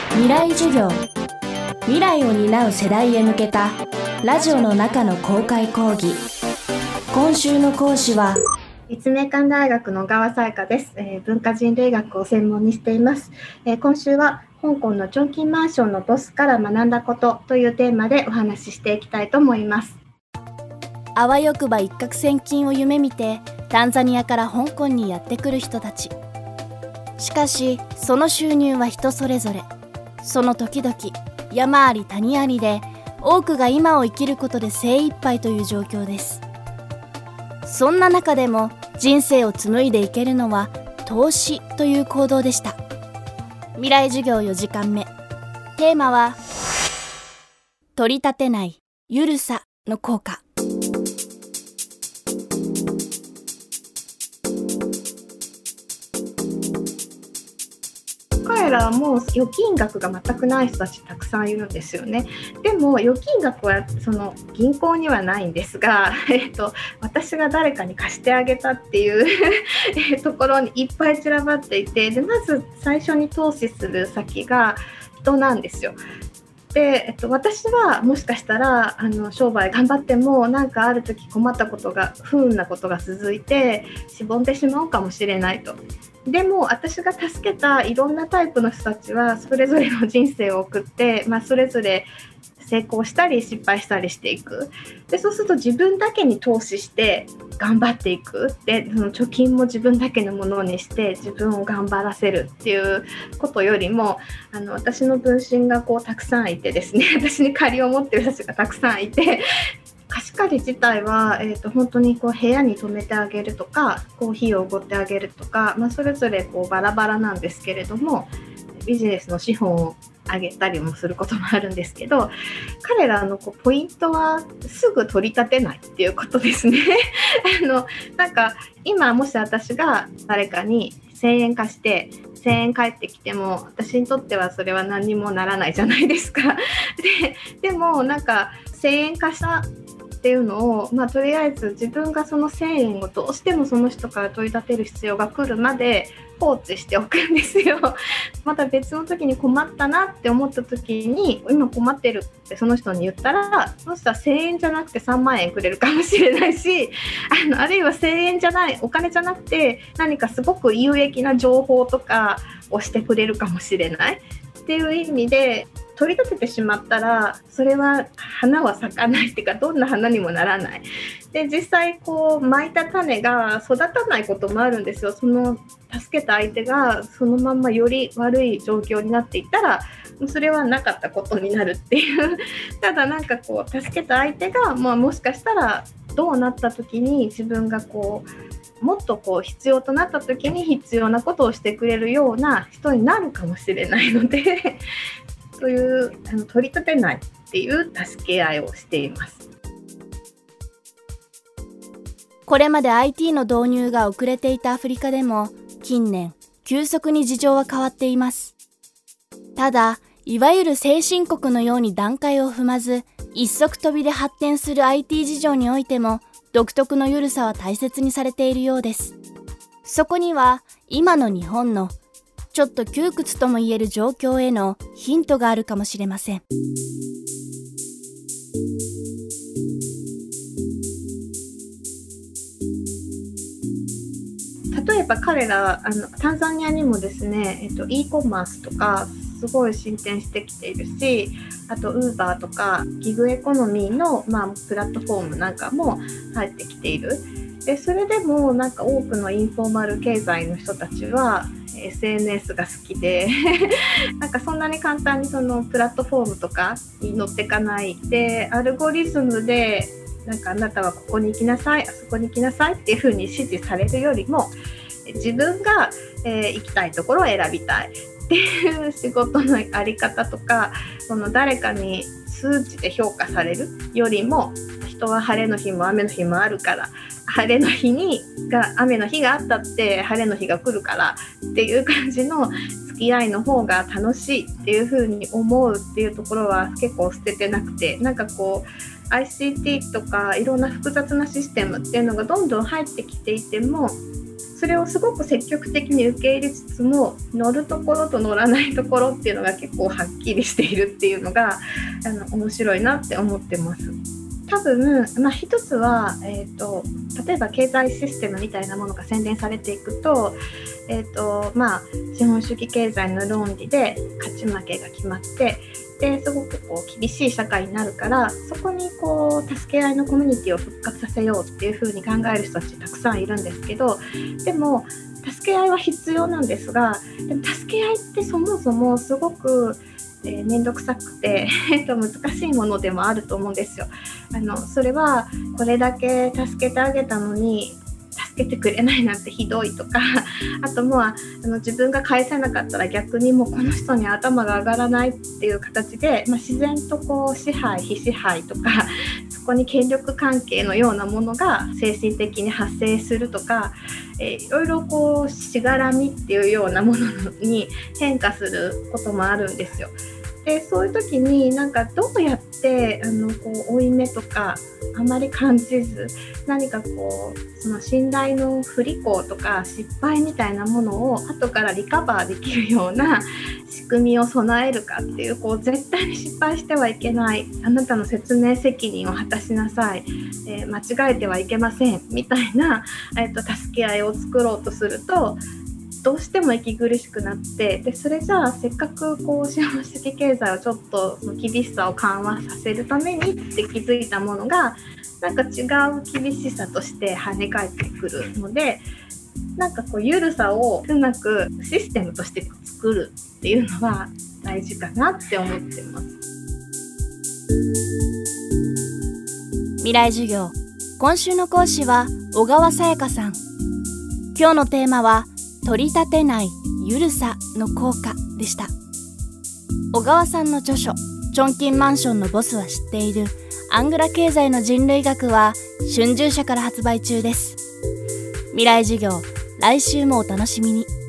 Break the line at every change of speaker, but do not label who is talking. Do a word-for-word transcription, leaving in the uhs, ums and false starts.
未来授業。未来を担う世代へ向けたラジオの中の公開講義。今週の講師は
立命館大学の小川彩香です、えー、文化人類学を専門にしています、えー、今週は香港のチョンキンマンションのボスから学んだことというテーマでお話ししていきたいと思います。
あわよくば一攫千金を夢見てタンザニアから香港にやってくる人たち。しかしその収入は人それぞれ。その時々山あり谷ありで多くが今を生きることで精一杯という状況です。そんな中でも人生を紡いでいけるのは投資という行動でした。未来授業よじかんめ。テーマは取り立てないゆるさの効果。
彼らも預金額が全くない人たちたくさんいるんですよね。でも預金額はその銀行にはないんですが、えっと、私が誰かに貸してあげたっていうところにいっぱい散らばっていて、でまず最初に投資する先が人なんですよ。で、えっと、私はもしかしたらあの商売頑張ってもなんかある時困ったことが不運なことが続いてしぼんでしまうかもしれないと。でも私が助けたいろんなタイプの人たちはそれぞれの人生を送って、まあ、それぞれ成功したり失敗したりしていく。でそうすると自分だけに投資して頑張っていく。でその貯金も自分だけのものにして自分を頑張らせるっていうことよりも、あの私の分身がこうたくさんいてですね、私に借りを持ってる人たちがたくさんいて、貸し借り自体は、えーと、本当にこう部屋に泊めてあげるとかコーヒーをおごってあげるとか、まあ、それぞれこうバラバラなんですけれども、ビジネスの資本をあげたりもすることもあるんですけど、彼らのこうポイントはすぐ取り立てないっていうことですねあのなんか今もし私が誰かにせんえん貸してせんえん返ってきても私にとってはそれは何にもならないじゃないですかで, でもなんかせんえん貸したっていうのを、まあ、とりあえず自分がそのせんえんをどうしてもその人から取り立てる必要が来るまで放置しておくんですよ。また別の時に困ったなって思った時に今困ってるってその人に言ったら、そしたらせんえんじゃなくてさんまんえんくれるかもしれないし、あのあるいはせんえんじゃないお金じゃなくて何かすごく有益な情報とかをしてくれるかもしれないっていう意味で、取り立ててしまったらそれは花は咲かないっていうかどんな花にもならない。で実際こう蒔いた種が育たないこともあるんですよ。その助けた相手がそのままより悪い状況になっていったらそれはなかったことになるっていうただなんかこう助けた相手が、まあ、もしかしたらどうなった時に自分がこうもっとこう必要となった時に必要なことをしてくれるような人になるかもしれないのでそういうあの取り立てないっていう助け合いをしています。
これまで アイティー の導入が遅れていたアフリカでも近年急速に事情は変わっています。ただいわゆる先進国のように段階を踏まず一足飛びで発展する アイティー 事情においても独特の緩さは大切にされているようです。そこには今の日本のちょっと窮屈とも言える状況へのヒントがあるかもしれません。
例えば彼らあのタンザニアにもですね、えっと、e コマースとかすごい進展してきているし、あと Uber とかギグエコノミーの、まあ、プラットフォームなんかも入ってきている。でそれでもなんか多くのインフォーマル経済の人たちは エスエヌエス が好きでなんかそんなに簡単にそのプラットフォームとかに乗ってかないで、アルゴリズムでなんかあなたはここに行きなさいあそこに行きなさいっていう風に指示されるよりも自分が、えー、行きたいところを選びたいっていう仕事のあり方とか、その誰かに数値で評価されるよりも人は晴れの日も雨の日もあるから晴れの日にが雨の日があったって晴れの日が来るからっていう感じの付き合いの方が楽しいっていう風に思うっていうところは結構捨ててなくて、なんかこう アイシーティー とかいろんな複雑なシステムっていうのがどんどん入ってきていてもそれをすごく積極的に受け入れつつも、乗るところと乗らないところっていうのが結構はっきりしているっていうのがあの面白いなって思ってます。多分、まあ、一つは、えーと、例えば経済システムみたいなものが洗練されていくと、えーとまあ、資本主義経済の論理で勝ち負けが決まって、ですごくこう厳しい社会になるから、そこにこう助け合いのコミュニティを復活させようっていう風に考える人たちたくさんいるんですけど、でも助け合いは必要なんですが、でも助け合いってそもそもすごくえー、めんどくさくて難しいものでもあると思うんですよ。あのそれはこれだけ助けてあげたのに助けてくれないなんてひどいとか、あともうあの自分が返せなかったら逆にもうこの人に頭が上がらないっていう形で、まあ、自然とこう支配非支配とかそこに権力関係のようなものが精神的に発生するとか、えー、いろいろこうしがらみっていうようなものに変化することもあるんですよ。でそういう時になんかどうやってあのこう負い目とかあまり感じず、何かこうその信頼の不履行とか失敗みたいなものを後からリカバーできるような仕組みを備えるかっていう、こう絶対に失敗してはいけない、あなたの説明責任を果たしなさい、えー、間違えてはいけませんみたいな、えーと、助け合いを作ろうとするとどうしても息苦しくなって、でそれじゃあせっかくこう資本主義経済をちょっとその厳しさを緩和させるためにって気づいたものがなんか違う厳しさとして跳ね返ってくるので、なんかこう緩さをうまくシステムとして作るっていうのは大事かなって思ってます。
未来授業、今週の講師は小川さやかさん。今日のテーマは取り立てないゆるさの効果でした。小川さんの著書チョンキンマンションのボスは知っているアングラ経済の人類学は春秋社から発売中です。未来授業、来週もお楽しみに。